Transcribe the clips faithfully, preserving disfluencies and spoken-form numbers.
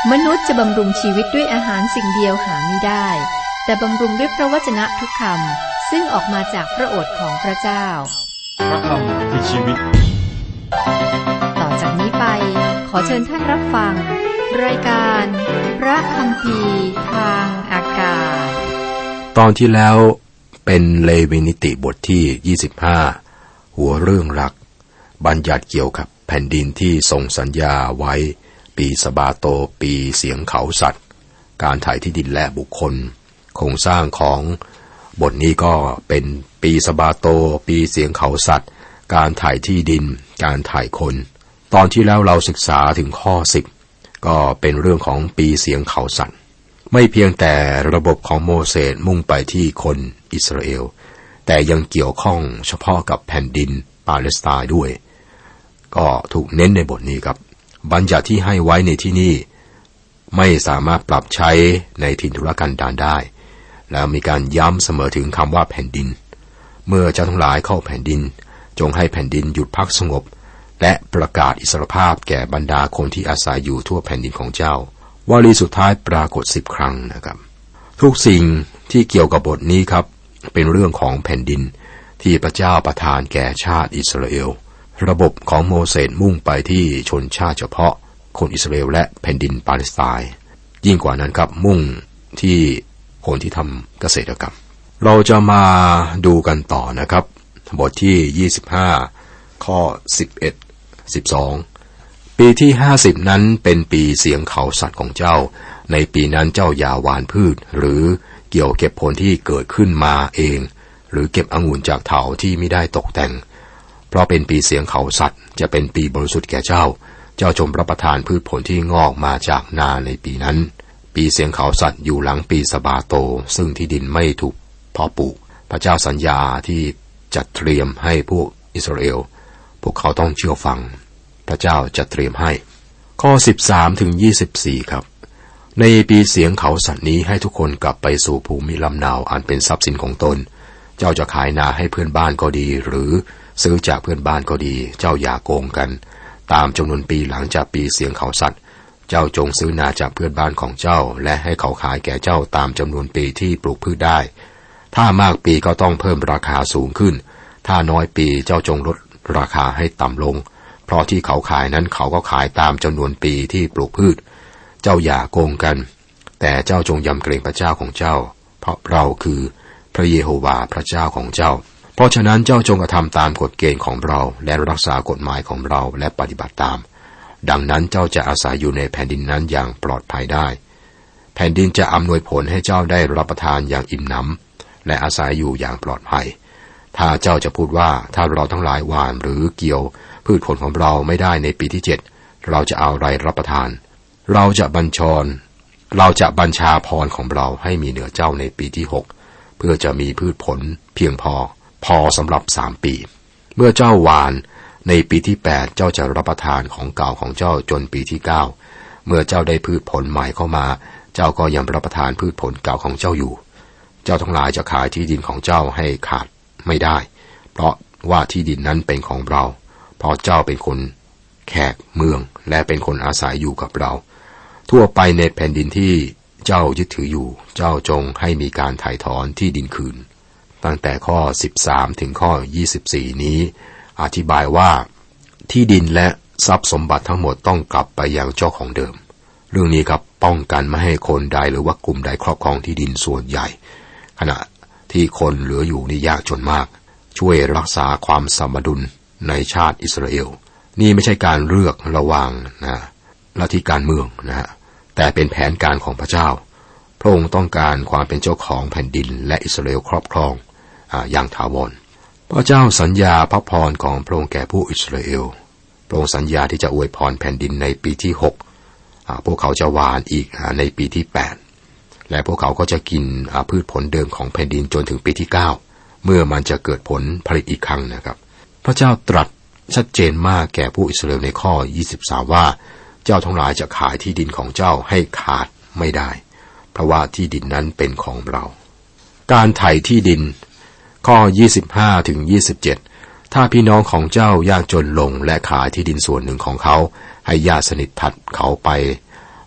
มนุษย์จะบำรุงชีวิตด้วยอาหารสิ่งเดียวหาไม่ได้แต่บำรุงด้วยพระวจนะทุกคำซึ่งออกมาจากพระโอษฐ์ของพระเจ้าพระคำคือชีวิตต่อจากนี้ไปขอเชิญท่านรับฟังรายการพระคัมภีร์ทางอากาศตอนที่แล้วเป็นเลวีนิติบทที่ยี่สิบห้าหัวเรื่องหลักบัญญัติเกี่ยวกับแผ่นดินที่ทรงสัญญาไว้ปีสบาโตปีเสียงเขาสัตว์การถ่ายที่ดินและบุคคลโครงสร้างของบทนี้ก็เป็นปีสบาโตปีเสียงเขาสัตว์การถ่ายที่ดินการถ่ายคนตอนที่แล้วเราศึกษาถึงข้อสิบก็เป็นเรื่องของปีเสียงเขาสัตว์ไม่เพียงแต่ระบบของโมเสสมุ่งไปที่คนอิสราเอลแต่ยังเกี่ยวข้องเฉพาะกับแผ่นดินปาเลสไตน์ด้วยก็ถูกเน้นในบทนี้ครับบัญญัติที่ให้ไว้ในที่นี้ไม่สามารถปรับใช้ในถิ่นทุรกันดารได้แล้วมีการย้ำเสมอถึงคำว่าแผ่นดินเมื่อเจ้าทั้งหลายเข้าแผ่นดินจงให้แผ่นดินหยุดพักสงบและประกาศอิสรภาพแก่บรรดาคนที่อาศัยอยู่ทั่วแผ่นดินของเจ้าวลีสุดท้ายปรากฏสิบครั้งนะครับทุกสิ่งที่เกี่ยวกับบทนี้ครับเป็นเรื่องของแผ่นดินที่พระเจ้าประทานแก่ชาติอิสราเอลระบบของโมเสสมุ่งไปที่ชนชาติเฉพาะคนอิสราเอลและแผ่นดินปาเลสไตน์ยิ่งกว่านั้นครับมุ่งที่คนที่ทำเกษตรกรรมเราจะมาดูกันต่อนะครับบทที่ยี่สิบห้าข้อสิบเอ็ด สิบสองปีที่ห้าสิบนั้นเป็นปีเสียงเขาสัตว์ของเจ้าในปีนั้นเจ้าอย่าหว่านพืชหรือเกี่ยวเก็บผลที่เกิดขึ้นมาเองหรือเก็บองุ่นจากเถาที่ไม่ได้ตกแต่งเพราะเป็นปีเสียงเขาสัตว์จะเป็นปีบริสุทธิ์แก่เจ้าเจ้าจงรับประทานพืชผลที่งอกมาจากนาในปีนั้นปีเสียงเขาสัตว์อยู่หลังปีสบาโตซึ่งที่ดินไม่ถูกเพาะปลูกพระเจ้าสัญญาที่จัดเตรียมให้พวกอิสราเอลพวกเขาต้องเชื่อฟังพระเจ้าจัดเตรียมให้ข้อสิบสามถึงยี่สิบสี่ครับในปีเสียงเขาสัตว์นี้ให้ทุกคนกลับไปสู่ภูมิลำเนาอันเป็นทรัพย์สินของตนเจ้าจะขายนาให้เพื่อนบ้านก็ดีหรือซื้อจากเพื่อนบ้านก็ดีเจ้าอย่าโกงกันตามจำนวนปีหลังจากปีเสียงเขาสัตว์เจ้าจงซื้อนาจากเพื่อนบ้านของเจ้าและให้เขาขายแก่เจ้าตามจำนวนปีที่ปลูกพืชได้ถ้ามากปีก็ต้องเพิ่มราคาสูงขึ้นถ้าน้อยปีเจ้าจงลดราคาให้ต่ำลงเพราะที่เขาขายนั้นเขาก็ขายตามจำนวนปีที่ปลูกพืชเจ้าอย่าโกงกันแต่เจ้าจงยำเกรงพระเจ้าของเจ้าเพราะเราคือพระเยโฮวาห์พระเจ้าของเจ้าเพราะฉะนั้นเจ้าจงกระทำตามกฎเกณฑ์ของเราและรักษากฎหมายของเราและปฏิบัติตามดังนั้นเจ้าจะอาศัยอยู่ในแผ่นดินนั้นอย่างปลอดภัยได้แผ่นดินจะอำนวยผลให้เจ้าได้รับประทานอย่างอิ่มหนำและอาศัยอยู่อย่างปลอดภัยถ้าเจ้าจะพูดว่าถ้าเราทั้งหลายหว่านหรือเกี่ยวพืชผลของเราไม่ได้ในปีที่เจ็ดเราจะเอาอะไรรับประทานเราจะบัญชรเราจะบัญชาพรของเราให้มีเหนือเจ้าในปีที่หกเพื่อจะมีพืชผลเพียงพอพอสำหรับสามปีเมื่อเจ้าหว่านในปีที่แปดเจ้าจะรับประทานของเก่าของเจ้าจนปีที่เก้าเมื่อเจ้าได้พืชผลใหม่เข้ามาเจ้าก็ยังรับประทานพืชผลเก่าของเจ้าอยู่เจ้าทั้งหลายจะขายที่ดินของเจ้าให้ขาดไม่ได้เพราะว่าที่ดินนั้นเป็นของเราเพราะเจ้าเป็นคนแขกเมืองและเป็นคนอาศัยอยู่กับเราทั่วไปในแผ่นดินที่เจ้ายึดถืออยู่เจ้าจงให้มีการถ่ายถอนที่ดินคืนตั้งแต่ข้อสิบสามถึงข้อยี่สิบสี่นี้อธิบายว่าที่ดินและทรัพย์สมบัติทั้งหมดต้องกลับไปยังเจ้าของเดิมเรื่องนี้ครับป้องกันไม่ให้คนใดหรือว่ากลุ่มใดครอบครองที่ดินส่วนใหญ่ขณะที่คนเหลืออยู่นี่ยากจนมากช่วยรักษาความสมดุลในชาติอิสราเอลนี่ไม่ใช่การเลือกระหว่างนะลัทธิการเมืองนะฮะแต่เป็นแผนการของพระเจ้าพระองค์ต้องการความเป็นเจ้าของแผ่นดินและอิสราเอลครอบครองอ่าอย่างถาวรพระเจ้าสัญญาพระพรของพระองค์แก่ผู้อิสราเอลพระองค์สัญญาที่จะอวยพรแผ่นดินในปีที่หกอ่าพวกเขาจะหว่านอีกอ่าในปีที่แปดและพวกเขาก็จะกินอ่าพืชผลเดิมของแผ่นดินจนถึงปีที่เก้าเมื่อมันจะเกิดผลผลิตอีกครั้งนะครับพระเจ้าตรัสชัดเจนมากแก่ผู้อิสราเอลในข้อยี่สิบสามว่าเจ้าทั้งหลายจะขายที่ดินของเจ้าให้ขาดไม่ได้เพราะว่าที่ดินนั้นเป็นของเราการไถ่ที่ดินข้อยี่สิบห้าถึงยี่สิบเจ็ดถ้าพี่น้องของเจ้ายากจนลงและขายที่ดินส่วนหนึ่งของเขาให้ญาติสนิทถัดเขาไป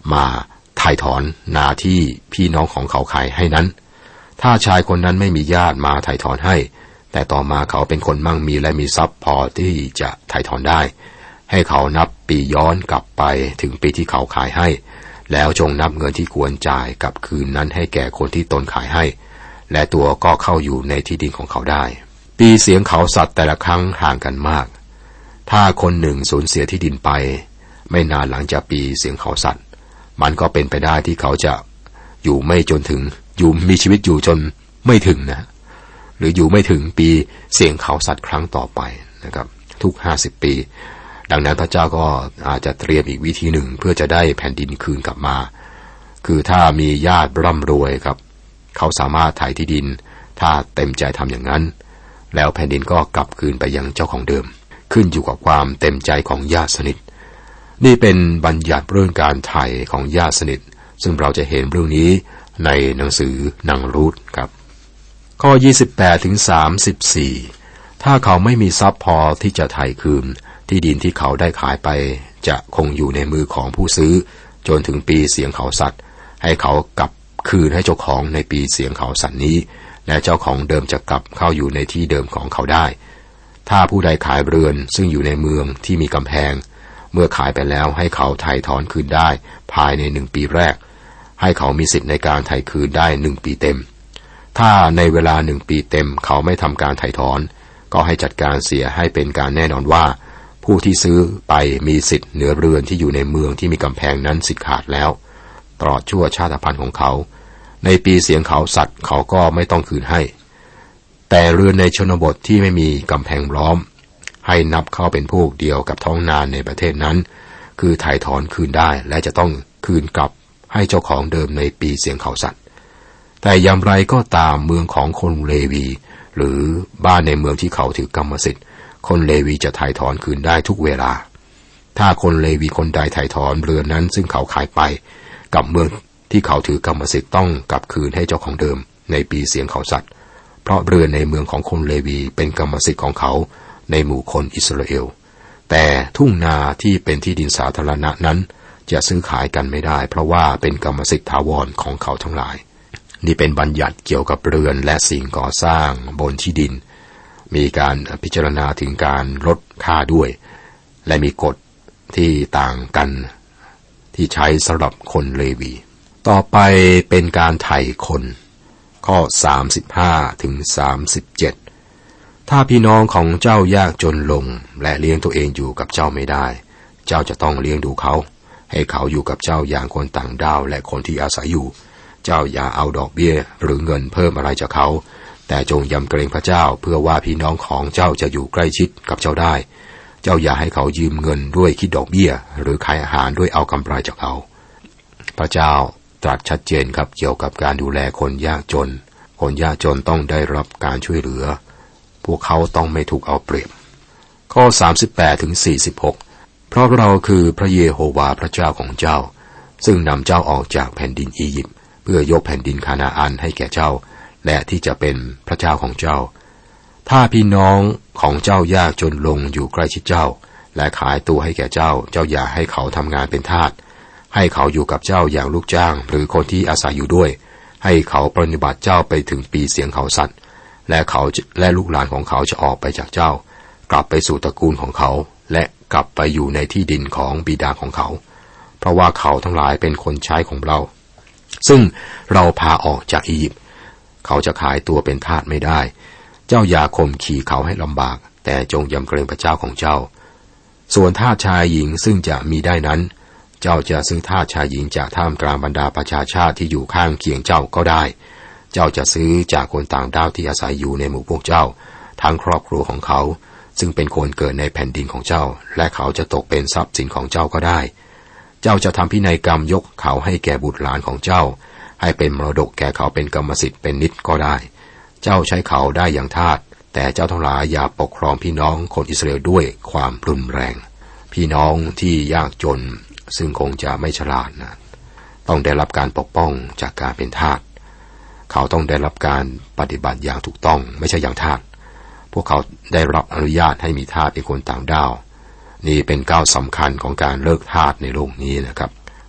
มาถ่ายถอนนาที่พี่น้องของเขาขายให้นั้นถ้าชายคนนั้นไม่มีญาติมาถ่ายถอนให้แต่ต่อมาเขาเป็นคนมั่งมีและมีทรัพย์พอที่จะถ่ายถอนได้ให้เขานับปีย้อนกลับไปถึงปีที่เขาขายให้แล้วจงนับเงินที่ควรจ่ายกับคืนนั้นให้แก่คนที่ตนขายให้และตัวก็เข้าอยู่ในที่ดินของเขาได้ปีเสียงเขาสัตว์แต่ละครั้งห่างกันมากถ้าคนหนึ่งสูญเสียที่ดินไปไม่นานหลังจากปีเสียงเขาสัตว์มันก็เป็นไปได้ที่เขาจะอยู่ไม่จนถึงอยู่มีชีวิตอยู่จนไม่ถึงนะหรืออยู่ไม่ถึงปีเสียงเขาสัตว์ครั้งต่อไปนะครับทุกห้าสิบปีดังนั้นพระเจ้าก็อาจจะเตรียมอีกวิธีหนึ่งเพื่อจะได้แผ่นดินคืนกลับมาคือถ้ามีญาติร่ำรวยครับเขาสามารถถ่ายที่ดินถ้าเต็มใจทำอย่างนั้นแล้วแผ่นดินก็กลับคืนไปยังเจ้าของเดิมขึ้นอยู่กับความเต็มใจของญาติสนิทนี่เป็นบัญญัติเรื่องการไถ่ของญาติสนิทซึ่งเราจะเห็นเรื่องนี้ในหนังสือนางรูธครับข้อยี่สิบแปดถึงสามสิบสี่ถ้าเขาไม่มีทรัพย์พอที่จะไถ่คืนที่ดินที่เขาได้ขายไปจะคงอยู่ในมือของผู้ซื้อจนถึงปีเสียงเขาสัตว์ให้เขากลับคืนให้เจ้าของในปีเสียงเขาสัตว์นี้และเจ้าของเดิมจะกลับเข้าอยู่ในที่เดิมของเขาได้ถ้าผู้ใดขายเรือนซึ่งอยู่ในเมืองที่มีกำแพงเมื่อขายไปแล้วให้เขาไถ่ถอนคืนได้ภายในหนึ่งปีแรกให้เขามีสิทธิ์ในการไถ่คืนได้หนึ่งปีเต็มถ้าในเวลาหนึ่งปีเต็มเขาไม่ทำการไถ่ถอนก็ให้จัดการเสียให้เป็นการแน่นอนว่าผู้ที่ซื้อไปมีสิทธิ์เหนือเรือนที่อยู่ในเมืองที่มีกำแพงนั้นสิทธิ์ขาดแล้วตลอดชั่วชาติพันธุ์ของเขาในปีเสียงเขาสัตว์เขาก็ไม่ต้องคืนให้แต่เรือนในชนบทที่ไม่มีกำแพงล้อมให้นับเข้าเป็นพวกเดียวกับท้องนาในประเทศนั้นคือถ่ายถอนคืนได้และจะต้องคืนกลับให้เจ้าของเดิมในปีเสียงเขาสัตว์แต่อย่างไรก็ตามเมืองของคนเลวีหรือบ้านในเมืองที่เขาถือกรรมสิทธิ์คนเลวีจะถ่ายถอนคืนได้ทุกเวลาถ้าคนเลวีคนใดถ่ายถอนเรือนนั้นซึ่งเขาขายไปกับเมืองที่เขาถือกรรมสิทธิ์ต้องกลับคืนให้เจ้าของเดิมในปีเสียงเขาสัตว์เพราะเรือนในเมืองของคนเลวีเป็นกรรมสิทธิ์ของเขาในหมู่คนอิสราเอลแต่ทุ่งนาที่เป็นที่ดินสาธารณะนั้นจะซื้อขายกันไม่ได้เพราะว่าเป็นกรรมสิทธิ์ถาวรของเขาทั้งหลายนี่เป็นบัญญัติเกี่ยวกับเรือนและสิ่งก่อสร้างบนที่ดินมีการพิจารณาถึงการลดค่าด้วยและมีกฎที่ต่างกันที่ใช้สำหรับคนเลวีต่อไปเป็นการไถ่คนข้อสามสิบห้าถึงสามสิบเจ็ดถ้าพี่น้องของเจ้ายากจนลงและเลี้ยงตัวเองอยู่กับเจ้าไม่ได้เจ้าจะต้องเลี้ยงดูเขาให้เขาอยู่กับเจ้าอย่างคนต่างด้าวและคนที่อาศัยอยู่เจ้าอย่าเอาดอกเบี้ยหรือเงินเพิ่มอะไรจากเขาแต่จงยำเกรงพระเจ้าเพื่อว่าพี่น้องของเจ้าจะอยู่ใกล้ชิดกับเจ้าได้เจ้าอย่าให้เขายืมเงินด้วยคิดดอกเบี้ยหรือขายอาหารด้วยเอากำไรจากเขาพระเจ้าตรัสชัดเจนครับเกี่ยวกับการดูแลคนยากจนคนยากจนต้องได้รับการช่วยเหลือพวกเขาต้องไม่ถูกเอาเปรียบข้อสามสิบแปดถึงสี่สิบหกเพราะเราคือพระเยโฮวาห์พระเจ้าของเจ้าซึ่งนำเจ้าออกจากแผ่นดินอียิปต์เพื่อยกแผ่นดินคานาอันให้แก่เจ้าและที่จะเป็นพระเจ้าของเจ้าถ้าพี่น้องของเจ้ายากจนลงอยู่ใกล้ชิดเจ้าและขายตัวให้แก่เจ้าเจ้าอย่าให้เขาทำงานเป็นทาสให้เขาอยู่กับเจ้าอย่างลูกจ้างหรือคนที่อาศัยอยู่ด้วยให้เขาปฏิบัติเจ้าไปถึงปีเสียงเขาสัตว์และเขาและลูกหลานของเขาจะออกไปจากเจ้ากลับไปสู่ตระกูลของเขาและกลับไปอยู่ในที่ดินของบิดาของเขาเพราะว่าเขาทั้งหลายเป็นคนใช้ของเราซึ่งเราพาออกจากอียิปต์เขาจะขายตัวเป็นทาสไม่ได้เจ้าอย่าข่มขี่เขาให้ลำบากแต่จงยำเกรงพระเจ้าของเจ้าส่วนทาสชายหญิงซึ่งจะมีได้นั้นเจ้าจะซื้อทาสชายหญิงจากท่ามกลางบรรดาประชาชาติที่อยู่ข้างเคียงเจ้าก็ได้เจ้าจะซื้อจากคนต่างด้าวที่อาศัยอยู่ในหมู่พวกเจ้าทั้งครอบครัวของเขาซึ่งเป็นคนเกิดในแผ่นดินของเจ้าและเขาจะตกเป็นทรัพย์สินของเจ้าก็ได้เจ้าจะทำพินัยกรรมยกเขาให้แก่บุตรหลานของเจ้าให้เป็นมรดกแก่เขาเป็นกรรมสิทธิ์เป็นนิจก็ได้เจ้าใช้เขาได้อย่างทาสแต่เจ้าทั้งหลายอย่าปกครองพี่น้องคนอิสราเอลด้วยความรุนแรงพี่น้องที่ยากจนซึ่งคงจะไม่ฉลาดนะต้องได้รับการปกป้องจากการเป็นทาสเขาต้องได้รับการปฏิบัติอย่างถูกต้องไม่ใช่อย่างทาสพวกเขาได้รับอนุญาตให้มีทาสเป็นคนต่างด้าวนี่เป็นก้าวสำคัญของการเลิกทาสในโลกนี้นะครับ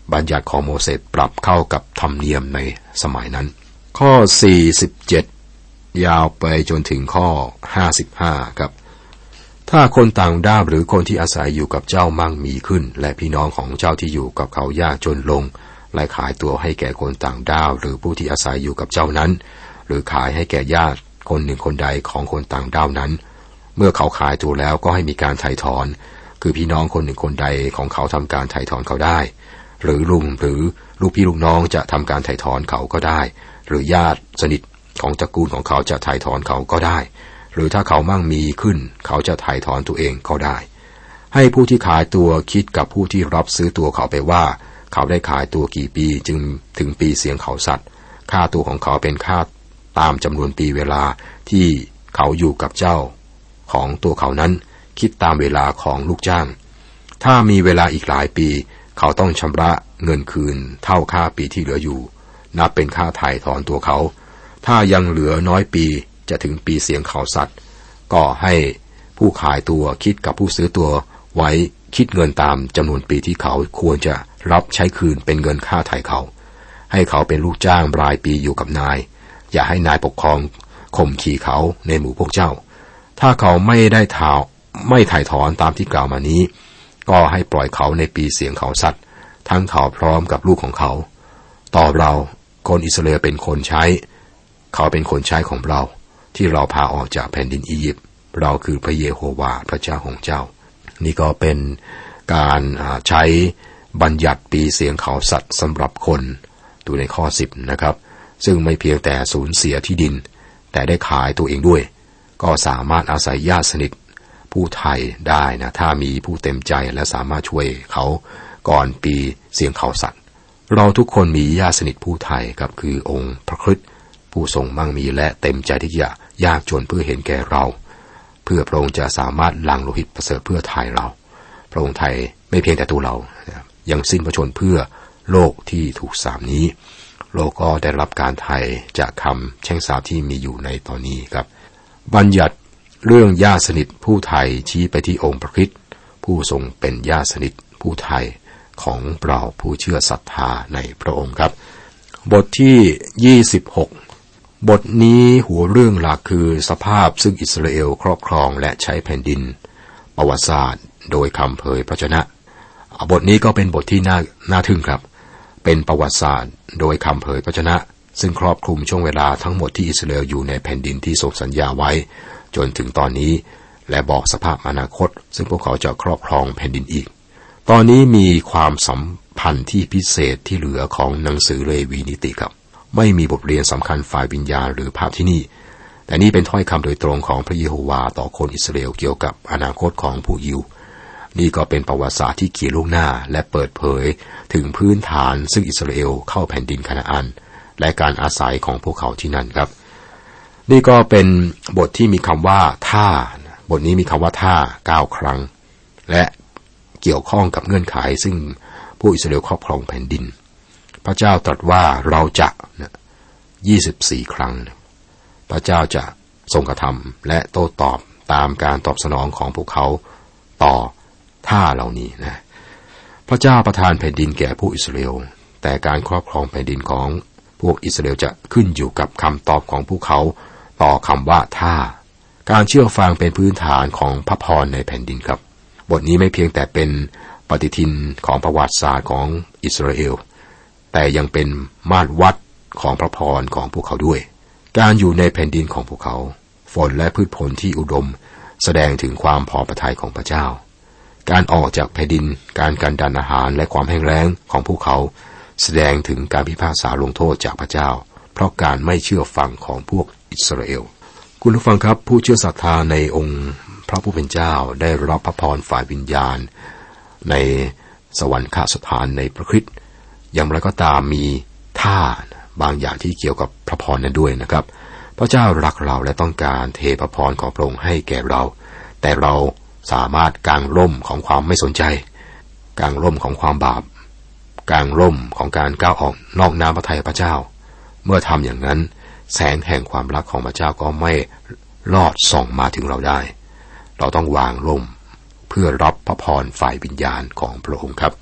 บัญญัติของโมเสสปรับเข้ากับธรรมเนียมในสมัยนั้นข้อสี่สิบเจ็ดยาวไปจนถึงข้อห้าสิบห้าครับถ้าคนต่างด้าวหรือคนที่อาศัยอยู่กับเจ้ามั่งมีขึ้นและพี่น้องของเจ้าที่อยู่กับเขายากจนลงและขายตัวให้แก่คนต่างด้าวหรือผู้ที่อาศัยอยู่กับเจ้านั้นหรือขายให้แก่ญาติคนหนึ่งคนใดของคนต่างด้าวนั้นเมื่อเขาขายตัวแล้วก็ให้มีการไถ่ถอนคือพี่น้องคนหนึ่งคนใดของเขาทำการไถ่ถอนเขาได้หรือลุงหรือลูกพี่ลูกน้องจะทำการไถ่ถอนเขาก็ได้หรือญาติสนิทของตระกูลของเขาจะไถ่ถอนเขาก็ได้หรือถ้าเขามั่งมีขึ้นเขาจะไถ่ถอนตัวเองก็ได้ให้ผู้ที่ขายตัวคิดกับผู้ที่รับซื้อตัวเขาไปว่าเขาได้ขายตัวกี่ปีจึงถึงปีเสียงเขาสัตว์ค่าตัวของเขาเป็นค่าตามจำนวนปีเวลาที่เขาอยู่กับเจ้าของตัวเขานั้นคิดตามเวลาของลูกจ้างถ้ามีเวลาอีกหลายปีเขาต้องชำระเงินคืนเท่าค่าปีที่เหลืออยู่นับเป็นค่าไถ่ถอนตัวเขาถ้ายังเหลือน้อยปีจะถึงปีเสียงเขาสัตว์ก็ให้ผู้ขายตัวคิดกับผู้ซื้อตัวไว้คิดเงินตามจำนวนปีที่เขาควรจะรับใช้คืนเป็นเงินค่าไถ่เขาให้เขาเป็นลูกจ้างรายปีอยู่กับนายอย่าให้นายปกครองข่มขี่เขาในหมู่พวกเจ้าถ้าเขาไม่ได้ถ่าไม่ไถ่ถอนตามที่กล่าวมานี้ก็ให้ปล่อยเขาในปีเสียงเขาสัตว์ทั้งเขาพร้อมกับลูกของเขาต่อเราคนอิสราเอลเป็นคนใช้เขาเป็นคนใช้ของเราที่เราพาออกจากแผ่นดินอียิปต์เราคือพระเยโฮวาห์พระเจ้าของเจ้านี่ก็เป็นการใช้บัญญัติปีเสียงเขาสัตว์สำหรับคนดูในข้อสิบนะครับซึ่งไม่เพียงแต่สูญเสียที่ดินแต่ได้ขายตัวเองด้วยก็สามารถอาศัยญาติสนิทผู้ไทยได้นะถ้ามีผู้เต็มใจและสามารถช่วยเขาก่อนปีเสียงเขาสัตว์เราทุกคนมีญาติสนิทผู้ไทยครับคือองค์พระคริสต์ผู้ทรงมั่งมีและเต็มใจที่จะยากจนเพื่อเห็นแก่เราเพื่อพระองค์จะสามารถหลั่งโลหิตประเสริฐเพื่อไถ่เราพระองค์ไถ่ไม่เพียงแต่ตัวเรายังสิ้นพระชนม์เพื่อโลกที่ถูกสาปนี้โลกก็ได้รับการไถ่จากคำแช่งสาปที่มีอยู่ในตอนนี้ครับบัญญัติเรื่องญาติสนิทผู้ไทยชี้ไปที่องค์พระคริสต์ผู้ทรงเป็นญาติสนิทผู้ไทยของเราผู้เชื่อศรัทธาในพระองค์ครับบทที่ยี่สิบหกบทนี้หัวเรื่องหลักคือสภาพซึ่งอิสราเอลครอบครองและใช้แผ่นดินประวัติศาสตร์โดยคำเผยพระชนะบทนี้ก็เป็นบทที่น่าน่าทึ่งครับเป็นประวัติศาสตร์โดยคำเผยพระชนะซึ่งครอบคลุมช่วงเวลาทั้งหมดที่อิสราเอลอยู่ในแผ่นดินที่ทรงสัญญาไว้จนถึงตอนนี้และบอกสภาพอนาคตซึ่งพวกเขาจะครอบครองแผ่นดินอีกตอนนี้มีความสัมพันธ์ที่พิเศษที่เหลือของหนังสือเลวีนิติครับไม่มีบทเรียนสำคัญฝ่ายวิญญาณหรือภาพที่นี่แต่นี่เป็นถ้อยคำโดยตรงของพระเยโฮวาห์ต่อคนอิสราเอลเกี่ยวกับอนาคตของผู้ยิวนี่ก็เป็นประวัติศาสตร์ที่เขียนล่วงหน้าและเปิดเผยถึงพื้นฐานซึ่งอิสราเอลเข้าแผ่นดินคานาอันและการอาศัยของพวกเขาที่นั่นครับนี่ก็เป็นบทที่มีคำว่าถ้าบทนี้มีคำว่าถ้าเก้าครั้งและเกี่ยวข้องกับเงื่อนไขซึ่งผู้อิสราเอลครอบครองแผ่นดินพระเจ้าตรัสว่าเราจะยี่สิบสี่ครั้งพระเจ้าจะทรงกระทำและโต้ตอบตามการตอบสนองของพวกเขาต่อท่าเหล่านี้นะพระเจ้าประทานแผ่นดินแก่ผู้อิสราเอลแต่การครอบครองแผ่นดินของพวกอิสราเอลจะขึ้นอยู่กับคำตอบของพวกเขาต่อคำว่าท่าการเชื่อฟังเป็นพื้นฐานของพระพรในแผ่นดินครับบทนี้ไม่เพียงแต่เป็นปฏิทินของประวัติศาสตร์ของอิสราเอลแต่ยังเป็นมาตรวัดของพระพรของพวกเขาด้วยการอยู่ในแผ่นดินของพวกเขาฝนและพืชผลที่อุดมแสดงถึงความพอพระทัยของพระเจ้าการออกจากแผ่นดินการกันดานอาหารและความแห้งแล้งของพวกเขาแสดงถึงการพิพากษาลงโทษจากพระเจ้าเพราะการไม่เชื่อฟังของพวกอิสราเอลคุณผู้ฟังครับผู้เชื่อศรัทธาในองค์พระผู้เป็นเจ้าได้รับพระพรฝ่ายวิญญาณในสวรรคสถานในพระคริสต์อย่างไรก็ตามมีท่าบางอย่างที่เกี่ยวกับพระพรนั้นด้วยนะครับพระเจ้ารักเราและต้องการเทพระพรของพระองค์ให้แก่เราแต่เราสามารถกางร่มของความไม่สนใจกางร่มของความบาปกางร่มของการก้าวออกนอกน้ำพระทัยพระเจ้าเมื่อทำอย่างนั้นแสงแห่งความรักของพระเจ้าก็ไม่ลอดส่องมาถึงเราได้เราต้องวางร่มเพื่อรับพระพรฝ่ายวิญญาณของพระองค์ครับ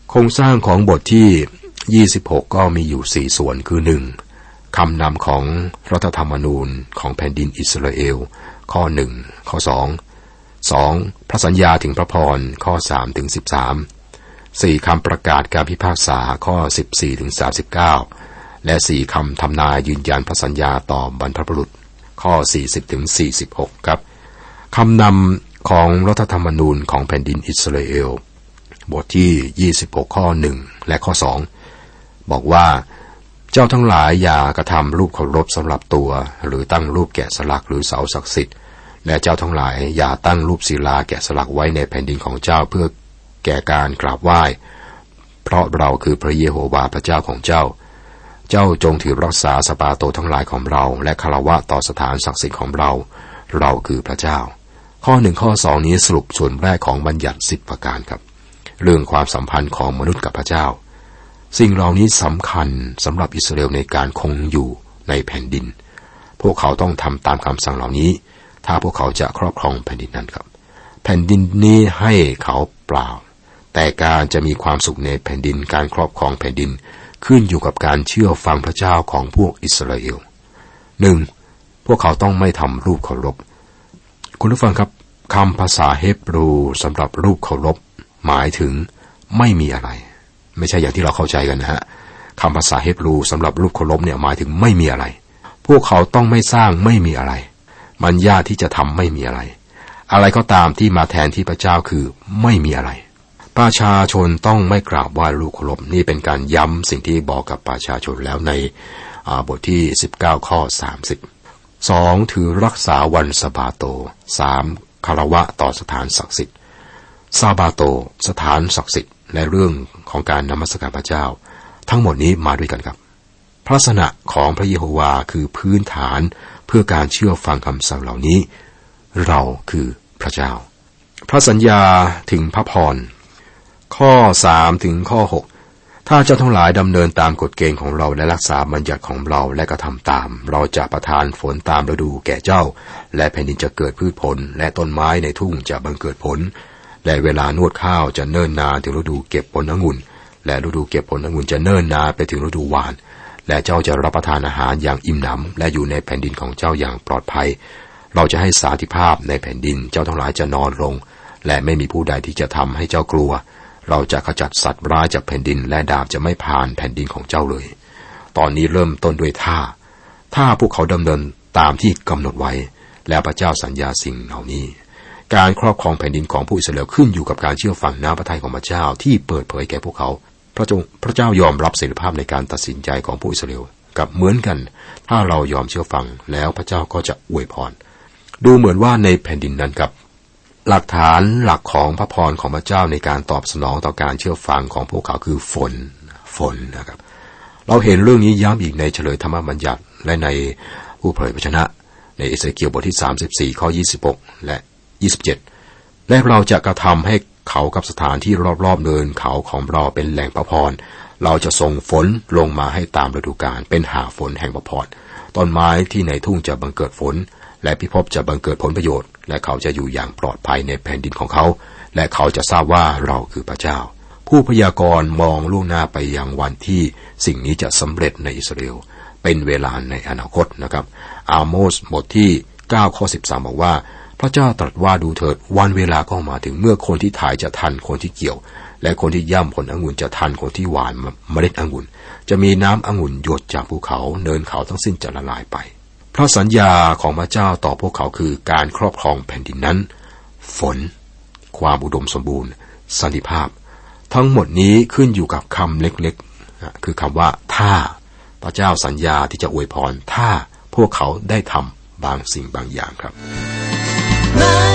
โครงสร้างของบทที่ยี่สิบหกก็มีอยู่สี่ส่วนคือหนึ่งคำนำของรัฐธรรมนูญของแผ่นดินอิสราเอลข้อหนึ่งข้อสองสองพระสัญญาถึงพระพรข้อสามถึงสิบสามสี่คำประกาศการพิพากษาข้อสิบสี่ถึงสามสิบเก้าและสี่คำทำนายยืนยันพระสัญญาต่อบรรพบุรุษข้อสี่สิบถึงสี่สิบหกครับคำนำของรัฐธรรมนูญของแผ่นดินอิสราเอลบทที่ยี่สิบหกข้อหนึ่งและข้อสองบอกว่าเจ้าทั้งหลายอย่ากระทำรูปเคารพสำหรับตัวหรือตั้งรูปแกะสลักหรือเสาศักดิ์สิทธิ์และเจ้าทั้งหลายอย่าตั้งรูปศิลาแกะสลักไว้ในแผ่นดินของเจ้าเพื่อแก่การกราบไหว้เพราะเราคือพระเยโฮวาห์พระเจ้าของเจ้าเจ้าจงถือรักษาสปาโตทั้งหลายของเราและคารวะต่อสถานศักดิ์สิทธิ์ของเราเราคือพระเจ้าข้อหนึ่งข้อสองนี้สรุปส่วนแรกของบัญญัติสิบประการครับเรื่องความสัมพันธ์ของมนุษย์กับพระเจ้าสิ่งเหล่านี้สำคัญสำหรับอิสราเอลในการคงอยู่ในแผ่นดินพวกเขาต้องทำตามคำสั่งเหล่านี้ถ้าพวกเขาจะครอบครองแผ่นดินนั้นครับแผ่นดินนี้ให้เขาเปล่าแต่การจะมีความสุขในแผ่นดินการครอบครองแผ่นดินขึ้นอยู่กับการเชื่อฟังพระเจ้าของพวกอิสราเอลหนึ่งพวกเขาต้องไม่ทำรูปเคารพคุณผู้ฟังครับคำภาษาเฮบรูสำหรับรูปเคารพหมายถึงไม่มีอะไรไม่ใช่อย่างที่เราเข้าใจกันนะฮะคำภาษาเฮบรูสำหรับรูปเคารพเนี่ยหมายถึงไม่มีอะไรพวกเขาต้องไม่สร้างไม่มีอะไรมันยากที่จะทำไม่มีอะไรอะไรก็ตามที่มาแทนที่พระเจ้าคือไม่มีอะไรประชาชนต้องไม่กราบไหว้รูปเคารพนี่เป็นการย้ำสิ่งที่บอกกับประชาชนแล้วในบทที่สิบเก้าข้อสามสิบสองถือรักษาวันสะบาโตสามคารวะต่อสถานศักดิ์สิทธิ์ซาบาโตสถานศักดิ์สิทธิ์และเรื่องของการนมัสการพระเจ้าทั้งหมดนี้มาด้วยกันครับพระลักษณะของพระเยโฮวาห์คือพื้นฐานเพื่อการเชื่อฟังคำสั่งเหล่านี้เราคือพระเจ้าพระสัญญาถึงพระพรข้อสามถึงข้อหกถ้าเจ้าทั้งหลายดำเนินตามกฎเกณฑ์ของเราและรักษาบัญญัติของเราและกระทำตามเราจะประทานฝนตามฤดูแก่เจ้าและแผ่นดินจะเกิดพืชผลและต้นไม้ในทุ่งจะบังเกิดผลและเวลานวดข้าวจะเนิ่นนานถึงฤดูเก็บผลองุ่นและฤดูเก็บผลองุ่นจะเนิ่นนานไปถึงฤดูหว่านและเจ้าจะรับประทานอาหารอย่างอิ่มหนำและอยู่ในแผ่นดินของเจ้าอย่างปลอดภัยเราจะให้สันติภาพในแผ่นดินเจ้าทั้งหลายจะนอนลงและไม่มีผู้ใดที่จะทำให้เจ้ากลัวเราจะขจัดสัตว์ร้ายจากแผ่นดินและดาบจะไม่ผ่านแผ่นดินของเจ้าเลยตอนนี้เริ่มต้นด้วยท่าถ้าพวกเขาดำเนินตามที่กำหนดไว้แล้วพระเจ้าสัญญาสิ่งเหล่านี้การครอบครองแผ่นดินของผู้อิสราเอลขึ้นอยู่กับการเชื่อฟังน้ำพระทัยของพระเจ้าที่เปิดเผยแก่พวกเขาพระเจ้าพระเจ้ายอมรับเสรีภาพในการตัดสินใจของผู้อิสราเอลกับเหมือนกันถ้าเรายอมเชื่อฟังแล้วพระเจ้าก็จะอวยพรดูเหมือนว่าในแผ่นดินนั้นกับหลักฐานหลักของพระพรของพระเจ้าในการตอบสนองต่อการเชื่อฟังของพวกเขาคือฝนฝนนะครับเราเห็นเรื่องนี้ย้ำอีกในเฉลยธรรมบัญญัติและในผู้เผยพระชนะในเอเสเคียลบทที่สามสิบสี่ข้อยี่สิบหกและยี่สิบเจ็ดและเราจะกระทำให้เขากับสถานที่รอบๆเนินเขาของเราเป็นแหล่งพระพรเราจะส่งฝนลงมาให้ตามฤดูกาลเป็นหาฝนแห่งพระพรต้นไม้ที่ในทุ่งจะบังเกิดฝนและพิภพจะบังเกิดผลประโยชน์และเขาจะอยู่อย่างปลอดภัยในแผ่นดินของเขาและเขาจะทราบว่าเราคือพระเจ้าผู้พยากรณ์มองล่วงหน้าไปยังวันที่สิ่งนี้จะสำเร็จในอิสราเอลเป็นเวลาในอนาคตนะครับอาโมสบทที่เก้าข้อสิบสามบอกว่าพระเจ้าตรัสว่าดูเถิดวันเวลาก็มาถึงเมื่อคนที่ถ่ายจะทันคนที่เกี่ยวและคนที่ย่ำผลองุ่นจะทันคนที่หว่านเมล็ดองุ่นจะมีน้ำองุ่นหยดจากภูเขาเนินเขาทั้งสิ้นจะละลายไปเพราะสัญญาของพระเจ้าต่อพวกเขาคือการครอบครองแผ่นดินนั้นฝนความอุดมสมบูรณ์สันติภาพทั้งหมดนี้ขึ้นอยู่กับคำเล็กๆคือคำว่าถ้าพระเจ้าสัญญาที่จะอวยพรถ้าพวกเขาได้ทำบางสิ่งบางอย่างครับ